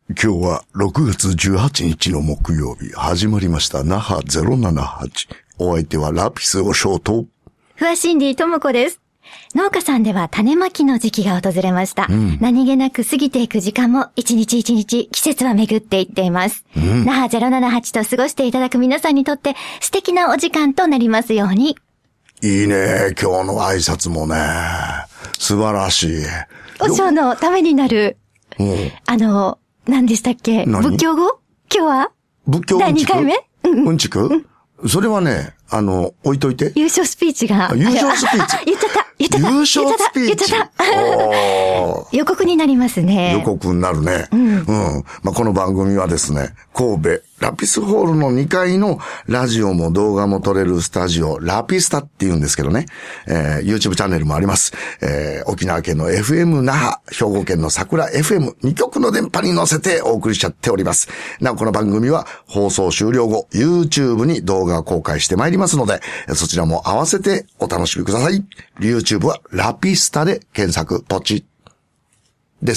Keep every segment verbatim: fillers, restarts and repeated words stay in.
今日はろくがつじゅうはちにちの木曜日、始まりました那覇ゼロななはち。お相手はラピスおショート。 ふわシンディともこです。農家さんでは種まきの時期が訪れました。うん、何気なく過ぎていく時間も一日一日季節は巡っていっています。うん、那覇ゼロななはちと過ごしていただく皆さんにとって素敵なお時間となりますように。 いいね、今日の挨拶もね、素晴らしい。 おショーのためになる、うん、あの、何でしたっけ？仏教語？今日は仏教だいにかいめ？ うんちく、うん、それはね、あの、置いといて。 優勝スピーチが。 優勝スピーチ。 言っちゃった。言っちゃった。 優勝スピーチ。 言っちゃった。予告になりますね。 予告になるね。うん。うん。まあ、この番組はですね、神戸ラピスホールのにかいのラジオも動画も撮れるスタジオ、ラピスタって言うんですけどね。えー、YouTube チャンネルもあります。えー、沖縄県の エフエム 那覇、兵庫県の桜 エフエム、にきょくの電波に乗せてお送りしちゃっております。なお、この番組は放送終了後、YouTube に動画を公開してまいりますので、そちらも合わせてお楽しみください。YouTube はラピスタで検索、ポチです。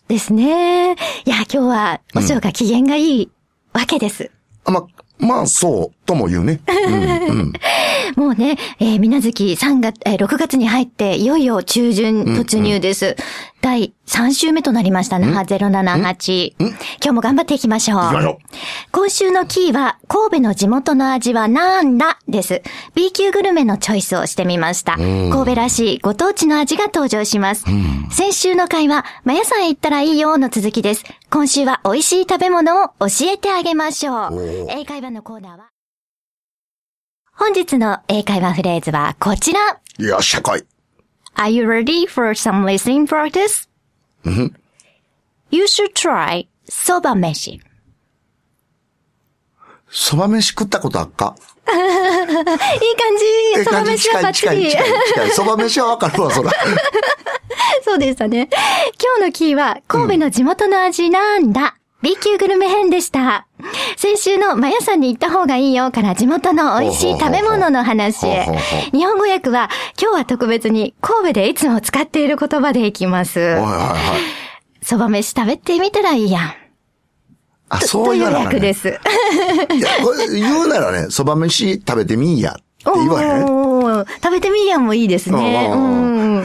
ですね。いや、今日はお嬢が機嫌がいいわけです。 うん、あ、ま、まあ、そうとも言うね。うんうん、 もうね、えー、みなづきさんがつ、えー、ろくがつに入っていよいよ中旬突入です。うんうん、だいさん週目となりました、那覇ゼロななはち。今日も頑張っていきましょう。 行きましょう。 今週のキーは、神戸の地元の味はなんだです。B 級グルメのチョイスをしてみました。神戸らしいご当地の味が登場します。先週の回は、マヤさんへ行ったらいいよの続きです。今週は美味しい食べ物を教えてあげましょう。英会話のコーナーは、本日の英会話フレーズはこちら。 よっしゃ来い。 Are you ready for some listening practice? うん。 You should try そば飯。 そば飯食ったことあっか？ いい感じ。そば飯はバッチリ。 近い近い近い。そば飯はわかるわ、そら。 そうでしたね。今日のキーは神戸の地元の味なんだ。うん、B 級グルメ編でした。先週のマヤさんに行った方がいいよから地元の美味しい食べ物の話へ。日本語訳は今日は特別に神戸でいつも使っている言葉でいきます。はいはいはい。そば飯食べてみたらいいやん。 あ、そういう訳です。 いや、これ言うならね、そば飯食べてみんやって言わへん？ 食べてみんやんもいいですね。うん、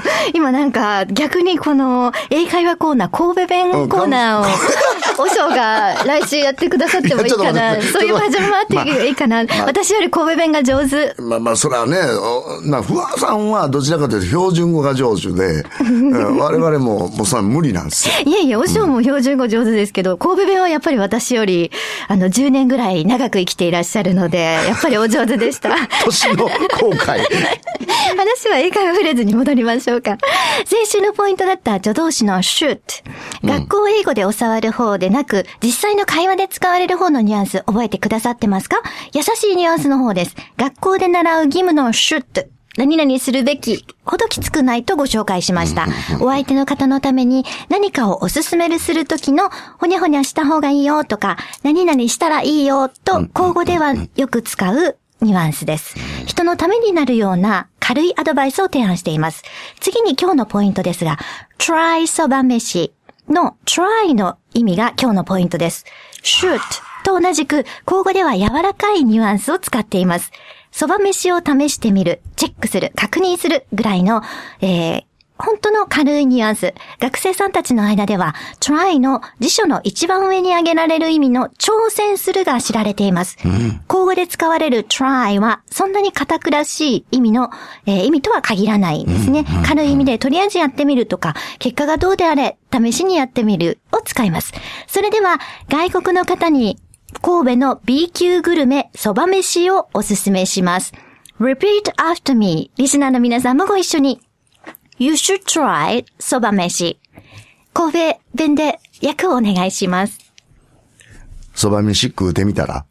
今なんか逆にこの英会話コーナー、神戸弁コーナーを、おしょうが来週やってくださってもいいかな。そういう始まっていいかな。まあ、私より神戸弁が上手。 まあまあ、それはね、な、ふわさんはどちらかというと標準語が上手で、我々も、もうそれは無理なんですよ。 いやいや、おしょうも標準語上手ですけど、神戸弁はやっぱり私より、あの、じゅうねんぐらい長く生きていらっしゃるので、やっぱりお上手でした。 年の後悔。 話は英会話フレーズに戻りましょうか。先週のポイントだった助動詞の should。学校英語で教わる方でなく、実際の会話で使われる方のニュアンス覚えてくださってますか？優しいニュアンスの方です。学校で習う義務の should。何々するべきほどきつくないとご紹介しました。お相手の方のために何かをおすすめるするときのほにゃほにゃした方がいいよとか、何々したらいいよと口語ではよく使うニュアンスです。人のためになるような軽いアドバイスを提案しています。次に今日のポイントですが、try そば飯の try の意味が今日のポイントです。should と同じく口語では柔らかいニュアンスを使っています。そば飯を試してみる、チェックする、確認するぐらいの、えー、本当の軽いニュアンス。学生さんたちの間では、try の辞書の一番上に挙げられる意味の挑戦するが知られています。うん、口語で使われる try は、そんなに堅苦しい意味の、えー、意味とは限らないんですね。うん、軽い意味でとりあえずやってみるとか、結果がどうであれ、試しにやってみるを使います。それでは、外国の方に、神戸の B 級グルメ、そば飯をおすすめします。Repeat after me. リスナーの皆さんもご一緒に。You should try そば飯。神戸弁で訳をお願いします。 そば飯食うてみたら？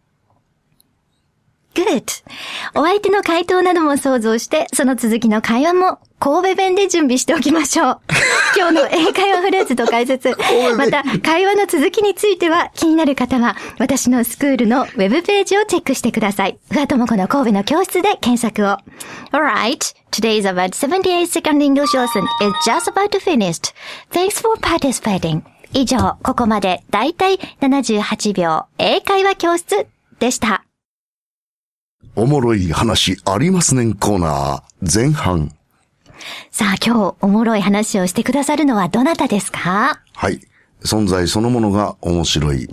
Good. お相手の回答なども想像して、その続きの会話も神戸弁で準備しておきましょう。今日の英会話フレーズと解説、また会話の続きについては気になる方は私のスクールのウェブページをチェックしてください。ふわともこの神戸の教室で検索を。Alright, today's about seventy-eight second English lesson is just about to finish. Thanks for participating. 以上、ここまでだいたいななじゅうはちびょう英会話教室でした。 おもろい話ありますねんコーナー前半。 さあ今日おもろい話をしてくださるのはどなたですか？ はい。存在そのものが面白い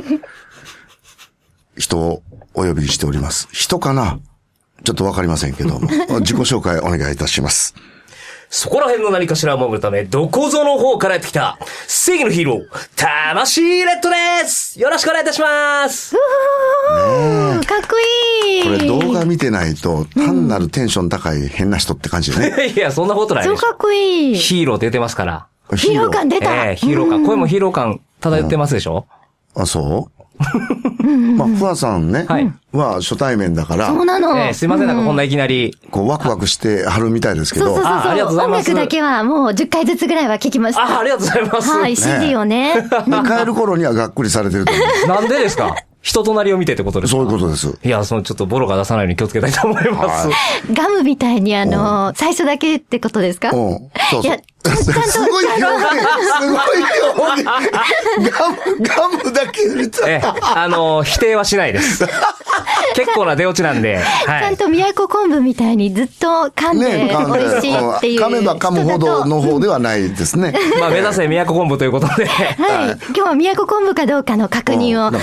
人をお呼びしております。人かな？ちょっとわかりませんけども。自己紹介お願いいたします。 そこら辺の何かしらを守るため、どこぞの方からやってきた、正義のヒーロー、魂レッドです。よろしくお願いいたします。 うーかっこいい。 これ動画見てないと、単なるテンション高い変な人って感じね。 いや、そんなことないでしょ。 そうかっこいい。 ヒーロー出てますから。 ヒーロー感出た。 えー、ヒーロー感。声もヒーロー感漂ってますでしょ、 うん、あ、そうまあ、ふわさんね、はい、は初対面だから。 そうなの。 えー、すいません、なんかこんないきなり。 こう、ワクワクしてはるみたいですけど。 そうそうそうそう。 あ、ありがとうございます。 音楽だけはもうじゅっかいずつぐらいは聞きました。 あ、ありがとうございます。 はい、シーディー をね。 で、帰る頃にはがっくりされてると思う。 なんでですか？人となりを見てってことですか？ そういうことです。 いや、そのちょっとボロが出さないように気をつけたいと思います。はい、 ガムみたいにあの、うん、最初だけってことですか？ うん。そうそう。いや、 ちゃんと。 すごい表現、すごい表現。ガム、ガムだけ言っちゃった。 え、あの、否定はしないです。結構な出落ちなんで。はい、 ちゃんと宮古昆布みたいにずっと噛んで美味しいっていう。 噛めば噛むほどの方ではないですね。 まあ目指せ宮古昆布ということで。 はい。今日は宮古昆布かどうかの確認を。 だから、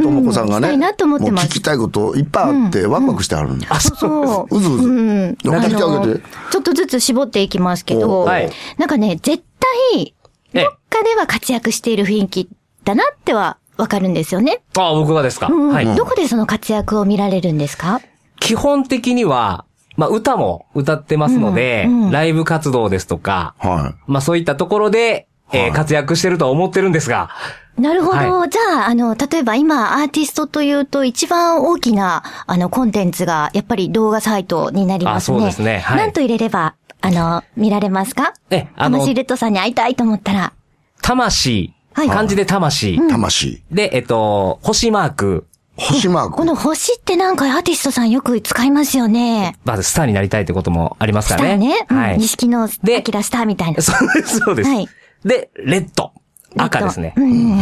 ともこさんがね、もう聞きたいこといっぱいあってワクワクしてあるんで。 あ、そう。 うずうず。聞いてあげて。 ちょっとずつ絞っていきますけど、なんかね、絶対、どっかでは活躍している雰囲気だなってはわかるんですよね。 ああ、僕がですか。 はい。どこでその活躍を見られるんですか？ 基本的には、まあ歌も歌ってますので、ライブ活動ですとか、はい。まあそういったところで、え活躍してるとは思ってるんですが。 なるほど。じゃあ、あの、例えば今、アーティストというと一番大きな、あの、コンテンツが、やっぱり動画サイトになりますね。 あ、そうですね。はい。 なんと入れれば、あの、見られますか？え、あの、魂レッドさんに会いたいと思ったら。 魂。はい。漢字で魂。 うん、魂。 で、えっと、星マーク。 星マーク。 この星ってなんかアーティストさんよく使いますよね。 まずスターになりたいってこともありますからね。 スターね。はい。錦野明スターみたいな。 そうです、そうです。はい。で、レッド。赤ですね。うんうんうん。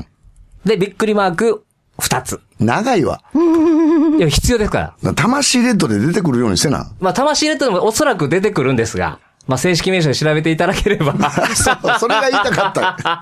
で、びっくりマーク、二つ。 長いわ。 いや、必要ですから。 魂レッドで出てくるようにしてな。 まあ、魂レッドでもおそらく出てくるんですが、まあ、正式名称で調べていただければ。 そう、それが言いたかった。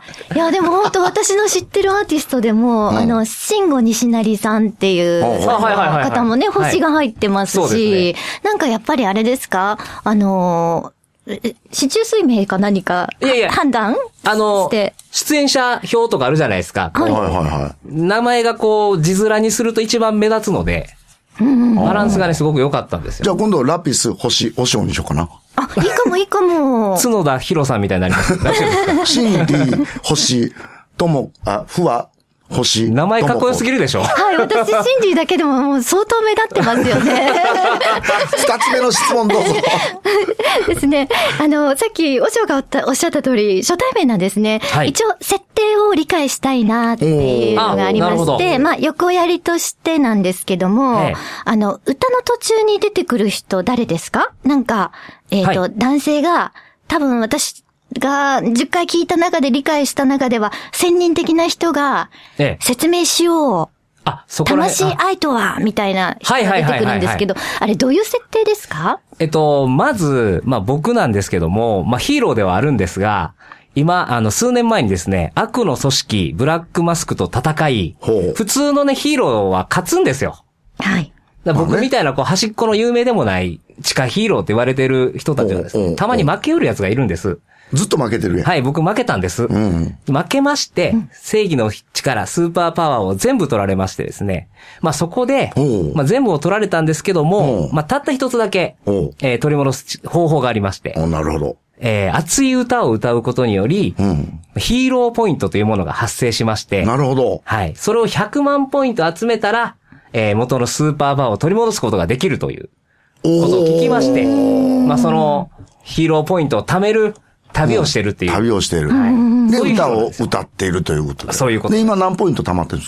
いや、でも本当私の知ってるアーティストでも、うん、あの、慎吾西成さんっていう方もね、星が入ってますし、はい、なんかやっぱりあれですか、あの、四柱推命か何か、いやいや判断あの、 出演者表とかあるじゃないですか。 はいはいはい。 名前がこう、字面にすると一番目立つので、バランスがね、すごく良かったんですよ。 じゃあ今度、ラピス、星、おしょうにしようかな。 あ、いいかもいいかも。 角田博さんみたいになります。大丈夫ですか？ シンディ、星、とも、あ、ふわ、星。 名前かっこよすぎるでしょ？ はい、私、シンディだけでももう相当目立ってますよね。 二つ目の質問どうぞ。 ですね。あの、さっき、おしょうがおっしゃった通り、初対面なんですね。はい、一応、設定を理解したいなっていうのがありまして、まあ、横やりとしてなんですけども、あの、歌の途中に出てくる人誰ですか？なんか、えっと、はい、男性が、多分私、が、じゅっかい聞いた中で理解した中では、専任的な人が、説明しよう。ええ、あ、そこら辺。魂愛とは、みたいな人が出てくるんですけど、あれどういう設定ですか？ えっと、まず、まあ僕なんですけども、まあヒーローではあるんですが、今、あの、数年前にですね、悪の組織、ブラックマスクと戦い、普通のね、ヒーローは勝つんですよ。 はい。 僕みたいな、こう、端っこの有名でもない、地下ヒーローって言われてる人たちはですね、たまに負けうるやつがいるんです。 ずっと負けてるやん。 はい、僕負けたんです。うん、負けまして、正義の力、スーパーパワーを全部取られましてですね。まあそこで、まあ全部を取られたんですけども、まあたった一つだけ、えー、取り戻す方法がありまして。 なるほど。 えー、熱い歌を歌うことにより、うん、ヒーローポイントというものが発生しまして。 なるほど。 はい。それをひゃくまんポイント集めたら、えー、元のスーパーパワーを取り戻すことができるということを聞きまして、まあその、ヒーローポイントを貯める、旅をしてるっていう。 旅をしている。はい。で、歌を歌っているということで。 そういうこと。 で、今何ポイント貯まってるんですか？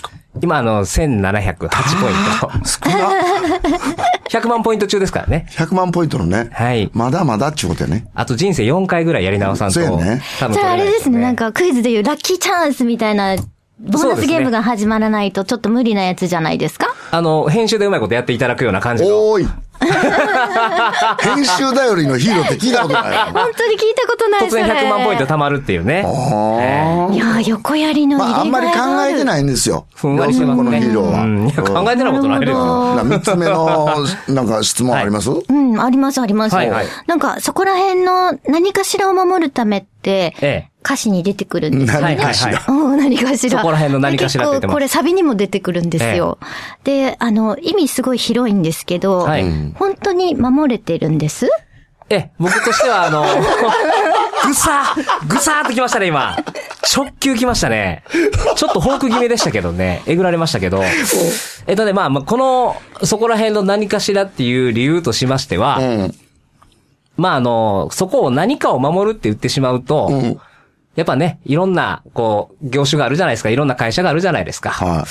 今あの、せんななひゃくはちポイント。 少な。 ひゃくまんポイント中ですからね。 ひゃくまんポイントのね。 はい。 まだまだっちゅうことやね。 あと人生よんかいぐらいやり直さんと。 そうやね。 多分じゃああれですね、なんかクイズでいうラッキーチャンスみたいな、ボーナスゲームが始まらないとちょっと無理なやつじゃないですか？ あの、編集でうまいことやっていただくような感じの。 おーい。編集頼りのヒーローって聞いたことない。 本当に聞いたことない。 突然ひゃくまんポイント貯まるっていうね。 あいや、横やりの入れ替えがある。 まあ、あんまり考えてないんですよ。 ふんわりしてますね。 このヒーローは。 うん。いや、考えてないことないですよ。 三つ目の、なんか質問あります？ うん、ありますあります。 はいはい。 なんか、そこら辺の何かしらを守るためって、ええ。歌詞に出てくるんですよね。 何かしら。 うん、何かしら。 そこら辺の何かしらって言ってます。 結構これサビにも出てくるんですよ。ええ、で、あの、意味すごい広いんですけど、はい、本当に守れてるんです？ ええ、僕としてはあの、ぐさぐさーっときましたね、今。直球きましたね。ちょっとフォーク気味でしたけどね。えぐられましたけど。えっとね、まあ、まあ、この、そこら辺の何かしらっていう理由としましては、うん、まあ、あの、そこを何かを守るって言ってしまうと、うん、やっぱね、いろんな、こう、業種があるじゃないですか。いろんな会社があるじゃないですか。はい。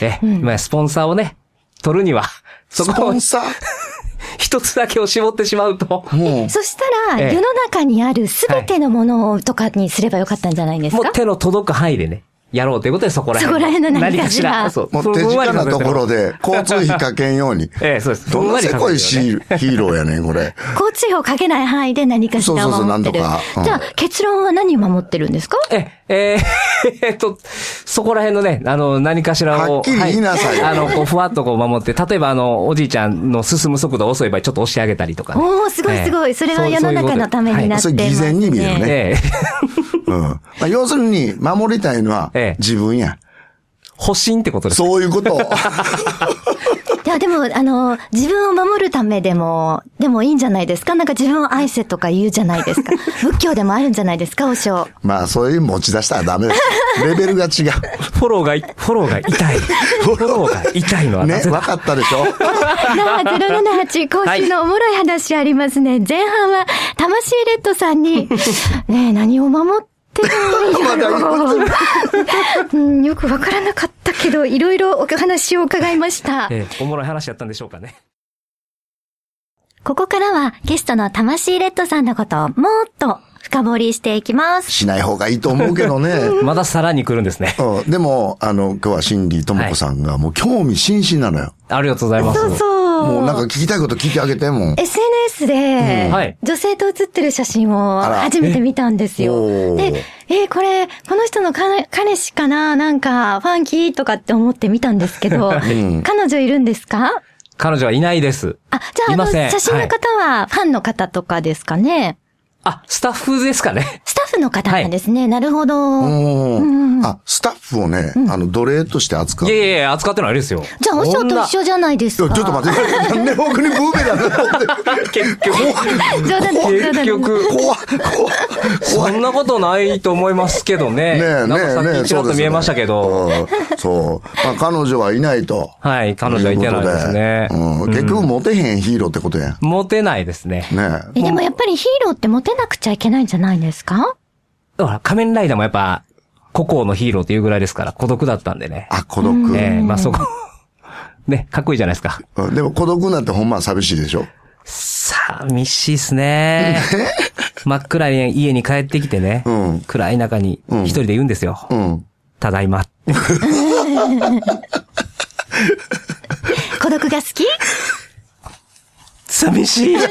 え、うん、まあ、スポンサーをね、取るには、そこを。 スポンサー一つだけを絞ってしまうと。 え、そしたら、世の中にあるすべてのものをとかにすればよかったんじゃないんですか？ もう手の届く範囲でね、やろうということでそこら辺。 そこら辺の何かしら。 そう。もう手近なところで、交通費かけんように。ええ、そうです。どんなせこいヒーローやねん、これ。 交通費をかけない範囲で何かしらを守ってる。そうそうそう、なんとか。うん、じゃあ、結論は何を守ってるんですか？ え、えー、えっと、そこら辺のね、あの、何かしらを。 はっきり言いなさいよ。 はい、あの、こう、ふわっとこう守って、例えばあの、おじいちゃんの進む速度遅い場合、ちょっと押してあげたりとかね。 おー、すごいすごい。えー、それは世の中のためになってますね。 それ偽善に見えるね。ええ、うん。まあ、要するに、守りたいのは、自分や。 保身ってことですか？そういうこと。 いや、でも、あの、自分を守るためでも、でもいいんじゃないですか？なんか自分を愛せとか言うじゃないですか。仏教でもあるんじゃないですか、お尚。 まあ、そういう持ち出したらダメです。レベルが違う。 フォローが、フォローが痛い。フォローが痛いのはね、分かったでしょ？ なあ、ゼロななはち、今週のおもろい話ありますね。はい、前半は、魂レッドさんに、ねえ、何を守ってまだうん、よくわからなかったけど、いろいろお話を伺いました。 ええ、おもろい話やったんでしょうかね。 ここからはゲストの魂レッドさんのことをもっと深掘りしていきます。 しない方がいいと思うけどね。 まださらに来るんですね。 うん、でも、あの、今日はシンディともこさんがもう興味津々なのよ。 ありがとうございます。 そうそう。 もうなんか聞きたいこと聞いてあげてもん。 エスエヌエス で、うん、女性と写ってる写真を初めて見たんですよ。で、えー、これ、この人の彼氏かななんか、ファンキーとかって思って見たんですけど、うん、彼女いるんですか？ 彼女はいないです。 あ、じゃあ、あの、写真の方はファンの方とかですかね？ あ、スタッフですかね。 スタッフの方なんですね。はい、なるほど。 うん、あ、スタッフをね、うん、あの、奴隷として扱う。 いやいやいや、扱ってないですよ。 じゃあ、お尚と一緒じゃないですか。 ちょっと待って、なんで僕にブーメランだって。 結局。 冗談です、冗談です。 結局。怖そんなことないと思いますけどね。ねえ、ねえ、ねえ。ちょっと見えましたけど。 そう。まあ、彼女はいないと。 はい、彼女はいてないですね。 うん。結局、モテへんヒーローってことや。 モテないですね。 ねえ。でもやっぱりヒーローってモテなくちゃいけないんじゃないですか？ だから仮面ライダーもやっぱ、孤高のヒーローっていうぐらいですから、孤独だったんでね。 あ、孤独。 ねえ、まあそこ、ね、かっこいいじゃないですか。 でも孤独なんてほんまは寂しいでしょ？ 寂しいっすね。真っ暗い家に帰ってきてね、うん、暗い中に一人で言うんですよ。うん、ただいま。 孤独が好き？ 寂しい。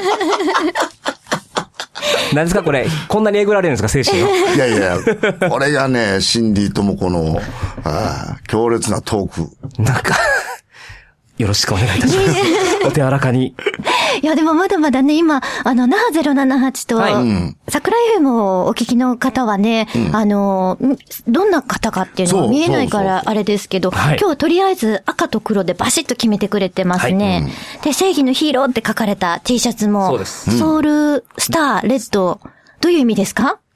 何ですかこれ、こんなにえぐられるんですか精神を。 いやいや、これがね、シンディともこの、あ強烈なトーク。 なんか、よろしくお願いいたします。お手柔らかに。 いや、でもまだまだね、今、あの、那覇ゼロななはちと、はい、桜 エフエム をお聞きの方はね、うん、あの、どんな方かっていうのが見えないからあれですけど、今日はとりあえず赤と黒でバシッと決めてくれてますね。はいうん、で、正義のヒーローって書かれた T シャツも、ソウルスターレッド、どういう意味ですか？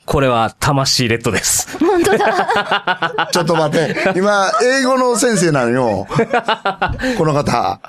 これは魂レッドです。 本当だ。 ちょっと待って。今、英語の先生なのよ。この方。はい。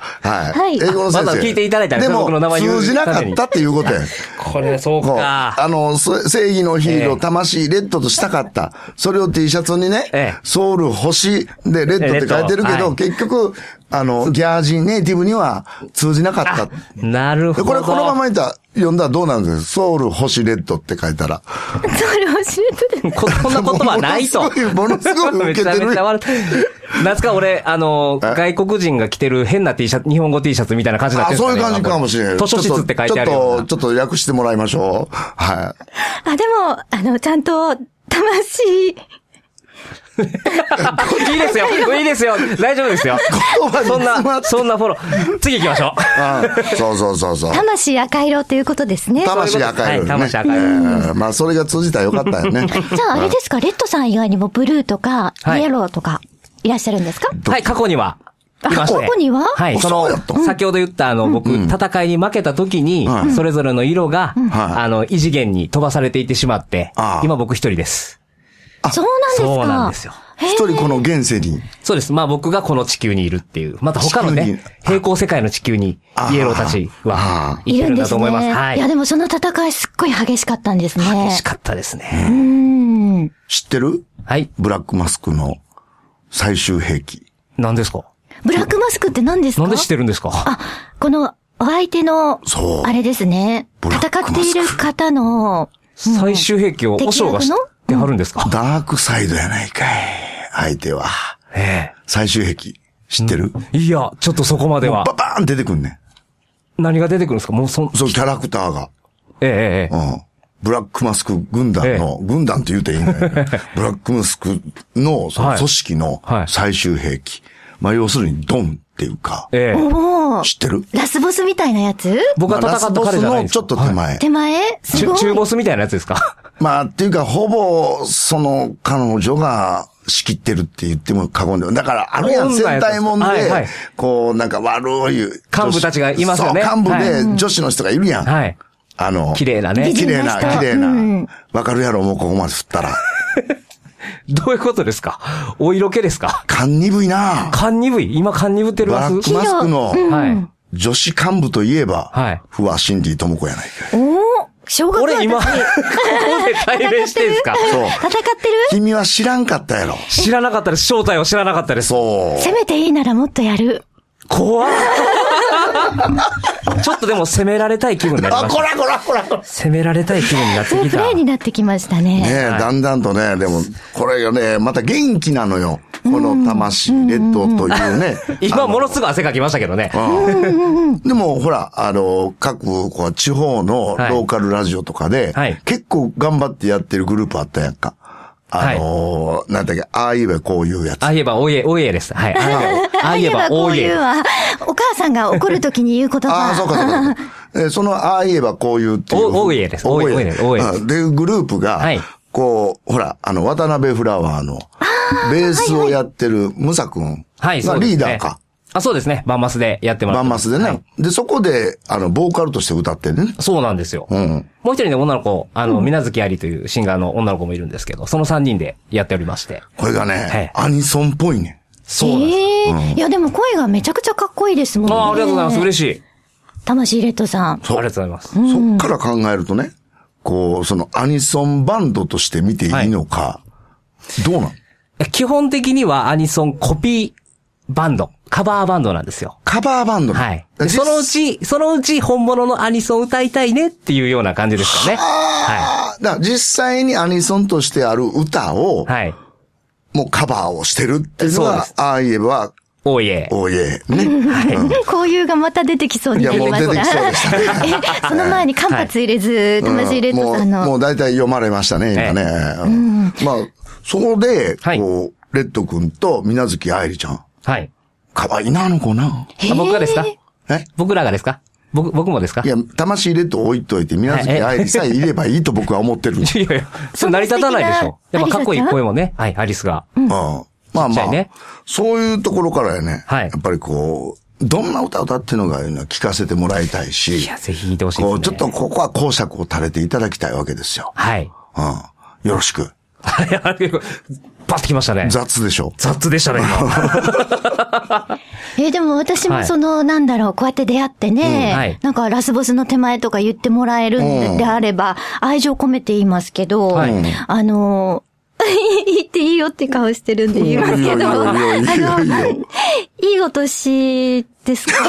はい、英語の先生。 まだ聞いていただいたら、 でも、通じなかったっていうことや。 これ、そうか。 あの、正義のヒーロー、魂レッドとしたかった。それを T シャツにね、ええ、ソウル星でレッドって書いてるけど、はい、結局、あの、ギャージーネイティブには通じなかった。 なるほど。 これこのままいったら読んだらどうなるんですか？ソウル星レッドって書いたら。 ソウル星レッドこんなことはないと。 ものすごい、ものすごい受けてる。 めちゃめちゃなんすか俺、あの、外国人が着てる変な T シャツ、日本語 T シャツみたいな感じになってるんですかね。 あ、そういう感じかもしれない。 図書室って書いてあるような。 ちょっと、ちょっと訳してもらいましょう。はい。 あ、でも、あの、ちゃんと、魂、 いいですよ。いいですよ。大丈夫ですよ。そんな、そんなフォロー。次行きましょう。 あそうそうそうそう。 魂赤色ということですね。 魂赤色、ね。 はい、魂赤色。えー、まあ、それが通じたらよかったよね。 じゃあ、あれですか、レッドさん以外にもブルーとか、イエローとか、いらっしゃるんですか？ はい、過去には。いまして。 過去にははい、その、先ほど言ったあの、僕、戦いに負けた時に、それぞれの色が、あの、異次元に飛ばされていってしまって、今僕一人です。 そうなんですか？ そうなんですよ。 一人この現世に。 そうです。まあ僕がこの地球にいるっていう。また他のね、平行世界の地球にイエローたちはいるんだと思います。はい。 いやでもその戦いすっごい激しかったんですね。 激しかったですね。 うん。 知ってる？ はい。 ブラックマスクの最終兵器。 何ですか？ ブラックマスクって何ですか？ なんで知ってるんですか？ あ、このお相手の、あれですね。戦っている方の、 最終兵器を和尚が知ってはるんですか？ ダークサイドやないかい。相手は。 ええ。 最終兵器。知ってる？ いや、ちょっとそこまでは。 ババーン出てくんねん。何が出てくるんですか？もうそ、 そう、キャラクターが。 ええ、ええ。うん。ブラックマスク軍団の、ええ、軍団って言うていいんだよね。ブラックマスクの、その組織の最終兵器。はいはい、まあ、要するにドンっていうか。 ええ。 知ってる？ ラスボスみたいなやつ？ 僕が戦った彼じゃないですか。 ラスボスのちょっと手前。はい、 手前？すごい。 中ボスみたいなやつですか？ まあ、っていうか、ほぼ、その、彼女が仕切ってるって言っても過言では。だから、あるやん、戦隊もんで、はいはい、こう、なんか悪い。 幹部たちがいますよね。 そう、幹部で女子の人がいるやん。 はい。 あの、 綺麗なね。 綺麗な、綺麗な。わ、うん、かるやろ、もうここまで振ったら。 どういうことですか？お色気ですか？ 勘鈍いな。 勘鈍い？今勘鈍ってるます？ブラックマスクの、 はい。 女子幹部といえば、はい。不破シンディ智子やないかい。 おー、小学校俺今、ここで対面してんすか？ そう。戦ってる？ 君は知らんかったやろ。 知らなかったです。正体を知らなかったです。 そう。 攻めていいならもっとやる。 怖っちょっとでも攻められたい気分になりました。 あ、こらこらこらこら。 攻められたい気分になってきた。 そう、プレイになってきましたね。 ねえ、はい、だんだんとね、でも、これがね、また元気なのよ。この魂レッドというね。 今ものすごい汗かきましたけどね。 うん、でも、ほら、あの、各、こう、地方のローカルラジオとかで、はい、結構頑張ってやってるグループあったやんか。あのー、はい、なんだっけ、ああ言えばこういうやつ。 ああ言えばおいえ、おいえです。はい。 ああ言えばこういうは、お母さんが怒るときに言う言葉。 ああ、そうかそうか。えー、そのああ言えばこういうっていう。 お、おいえです。おいえ。おいえ。 で、グループが、はい、こう、ほら、あの、渡辺フラワーの、ベースをやってるムサ君がリーダーか。 あ、そうですね。バンマスでやってもらってバンマスでね、はい。で、そこで、あの、ボーカルとして歌ってるね。 そうなんですよ。うん。もう一人の女の子、あの、みなずきありというシンガーの女の子もいるんですけど、その三人でやっておりまして。 これがね、はい、アニソンっぽいね。 そうなんです。 えーうん、いや、でも声がめちゃくちゃかっこいいですもんね。 ああ、ありがとうございます。嬉しい。 魂レッドさん。 そう。ありがとうございます。 そっから考えるとね、こう、そのアニソンバンドとして見ていいのか、はい、どうなん？ 基本的にはアニソンコピーバンド。カバーバンドなんですよ。 カバーバンドはい。そのうち、そのうち本物のアニソン歌いたいねっていうような感じですかね。 はい。だから実際にアニソンとしてある歌を、はい。もうカバーをしてるっていうのは、ああ言えば、 おいえ。 おいえ。ね。 はい。うん、こういうがまた出てきそうになりました。いや、もう出てきそうでした。その前に間髪入れず、魂レッドさんの。 もう、もう大体読まれましたね、今ね。うん、まあ、そこで、こう、レッド君と水無月愛理ちゃん。はい。かわいいな、あの子な。 僕がですか？ え僕らがですか？僕、僕もですか？ いや、魂レッド置いといて、水無月愛理さえいればいいと僕は思ってる。いやいや、それ成り立たないでしょ。やっぱかっこいい声もね。はい、アリスが。 うん。まあまあ、ね、そういうところからやね。はい。やっぱりこう、どんな歌を歌ってるのかいうのは聞かせてもらいたいし。 いや、ぜひ聞いてほしいですね。 こう、ちょっとここは講釈を垂れていただきたいわけですよ。 はい。 うん。 よろしく。 はい、あれ、パッときましたね。 雑でしょ。 雑でしたね、今。 えー、でも私もその、はい、なんだろう、こうやって出会ってね、うんはい、なんかラスボスの手前とか言ってもらえるんであれば、うん、愛情込めて言いますけど、はい、あの、言っていいよって顔してるんで言いますけど、あの、いいお年ですか？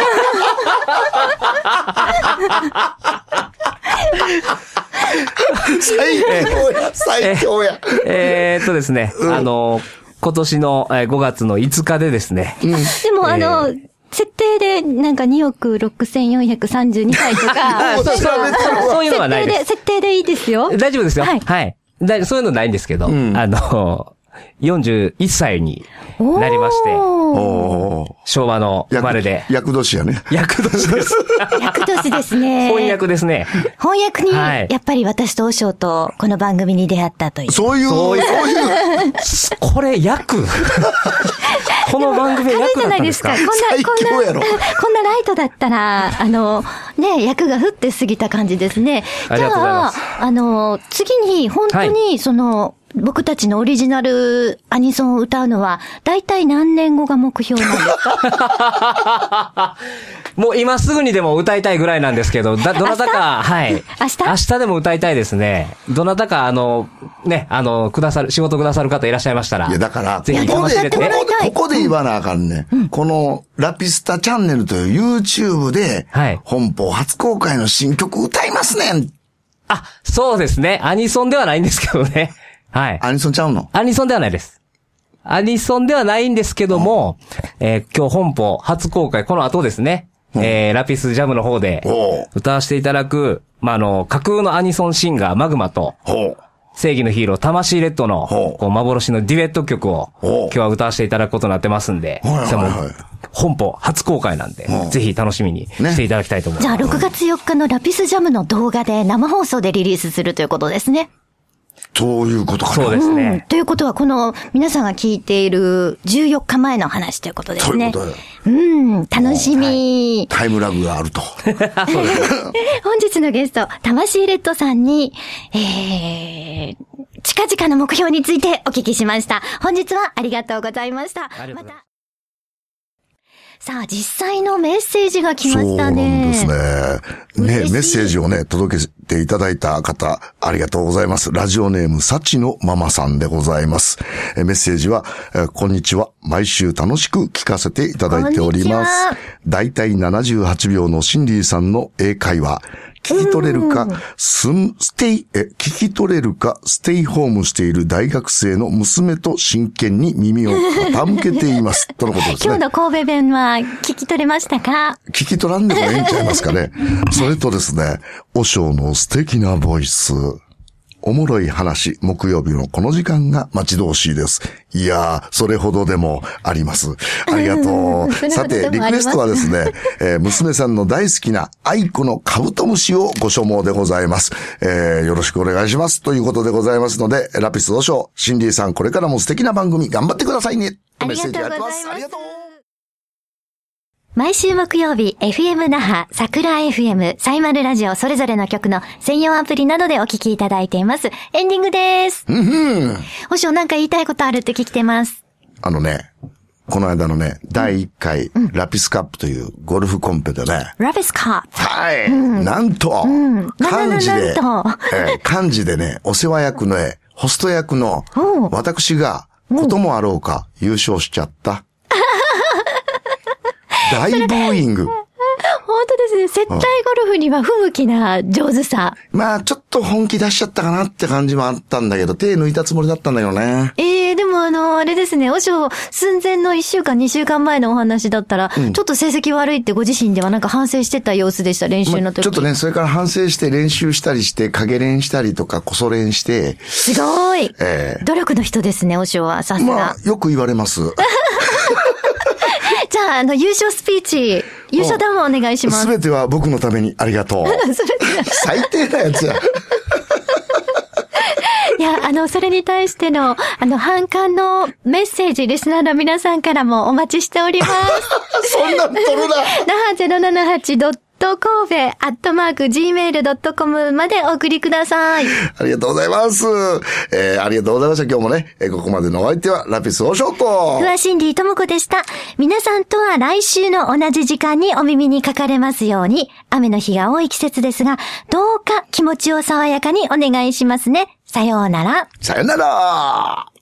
最強や、最強や。 えー、っとですね、うん、あの、今年のごがつのいつかでですね。 うん、でもあの、えー設定でなんかにおくろくせんよんひゃくさんじゅうにさいとか、 そういうのはないです。 設定で、設定でいいですよ。 大丈夫ですよ。はい。はい。だそういうのないんですけど、うん、あの、よんじゅういっさいになりまして、昭和の生まれで。 厄年やね。 厄年です。 厄年ですね。 翻訳ですね。 翻訳に、やっぱり私とおしょうとこの番組に出会ったという。 そういう、そういう。 これ役この番組役だったんですか？ こんな、こんな、こんなライトだったら、あの、ね、役が降って過ぎた感じですね。 ありがとうございます。 じゃあ、あの、次に本当に、その、はい僕たちのオリジナルアニソンを歌うのは、だいたい何年後が目標なんですか？ もう今すぐにでも歌いたいぐらいなんですけど、だ、どなたか、はい。 明日明日でも歌いたいですね。どなたか、あの、ね、あの、くださる、仕事くださる方いらっしゃいましたら。 いや、だから、 ぜひここで、ここで、 ここで言わなあかんね。うん、この、ラピスタチャンネルという YouTube で、はい。本邦初公開の新曲歌いますねん。 あ、そうですね。アニソンではないんですけどね。はい。 アニソンちゃうの？ アニソンではないです。アニソンではないんですけども、うん、えー、今日本邦初公開、この後ですね、うん、えー、ラピスジャムの方で歌わせていただく、まあ、あの、架空のアニソンシンガーマグマと、正義のヒーロー魂レッドの、こう、幻のデュエット曲を、今日は歌わせていただくことになってますんで、それも本邦初公開なんで、ぜひ楽しみにしていただきたいと思います。 じゃあろくがつよっかのラピスジャムの動画で生放送でリリースするということですね。 そういうことかな。 そうですね、 うん。ということは、この皆さんが聞いているじゅうよっかまえの話ということですね。 そういうことうん、楽しみ、 はい。タイムラグがあると。そうです本日のゲスト、魂レッドさんに、えー、近々の目標についてお聞きしました。本日はありがとうございました。また。さあ、実際のメッセージが来ましたね。 そうなんですね。ね、メッセージをね、届けていただいた方、ありがとうございます。ラジオネーム、サチのママさんでございます。えメッセージは、えこんにちは。毎週楽しく聞かせていただいております。だいたいななじゅうはちびょうのシンディさんの英会話。聞き取れるか、スン、ステイ、え、聞き取れるか、ステイホームしている大学生の娘と真剣に耳を傾けています。とのことですね。 今日の神戸弁は聞き取れましたか？ 聞き取らんでもええんちゃいますかね。それとですね、おしょうの素敵なボイス。おもろい話、木曜日のこの時間が待ち遠しいです。いやー、それほどでもあります。ありがとう。さて、リクエストはですね、えー、娘さんの大好きな愛子のカブトムシをご所望でございます。えー、よろしくお願いします。ということでございますので、ラピスおしょう、シンディさん、これからも素敵な番組頑張ってくださいね。 メッセージありがとうございます。 ありがとう。 毎週木曜日、エフエム 那覇、桜 エフエム、サイマルラジオそれぞれの曲の専用アプリなどでお聞きいただいています。エンディングです。 うんうん。 おしょうなんか言いたいことあるって聞きてます。 あのね、この間のね、だいいっかい、うん、ラピスカップというゴルフコンペでね。 ラピスカップはい、うん、なんと、うん、漢字で、 なんとえー、漢字でね、お世話役の絵、ホスト役の、私が、こともあろうか、優勝しちゃった。大ブーイング。 本当ですね。接待ゴルフには不向きな上手さ。 まあ、ちょっと本気出しちゃったかなって感じもあったんだけど、手抜いたつもりだったんだよね。 ええー、でもあの、あれですね、おしょう、寸前のいっしゅうかん、にしゅうかんまえのお話だったら、うん、ちょっと成績悪いってご自身ではなんか反省してた様子でした、練習の時。 まあ、ちょっとね、それから反省して練習したりして、影練したりとか、こそ練して。 すごい。ええー。努力の人ですね、おしょうは、さすが。 まあ、よく言われます。 じゃあ、あの、優勝スピーチ、優勝談もお願いします。 すべては僕のためにありがとう。最低なやつや。 いや、あの、それに対しての、あの、反感のメッセージ、リスナーの皆さんからもお待ちしております。 そんなん取るな。 那覇 ゼロななはちドット神戸アットマーク ジーメールドットコム までお送りください。 ありがとうございます。えー、ありがとうございました。今日もね、えー、ここまでのお相手はラピスオショート。 ふわシンディともこでした。皆さんとは来週の同じ時間にお耳にかかれますように、雨の日が多い季節ですが、どうか気持ちを爽やかにお願いしますね。さようなら。 さようなら。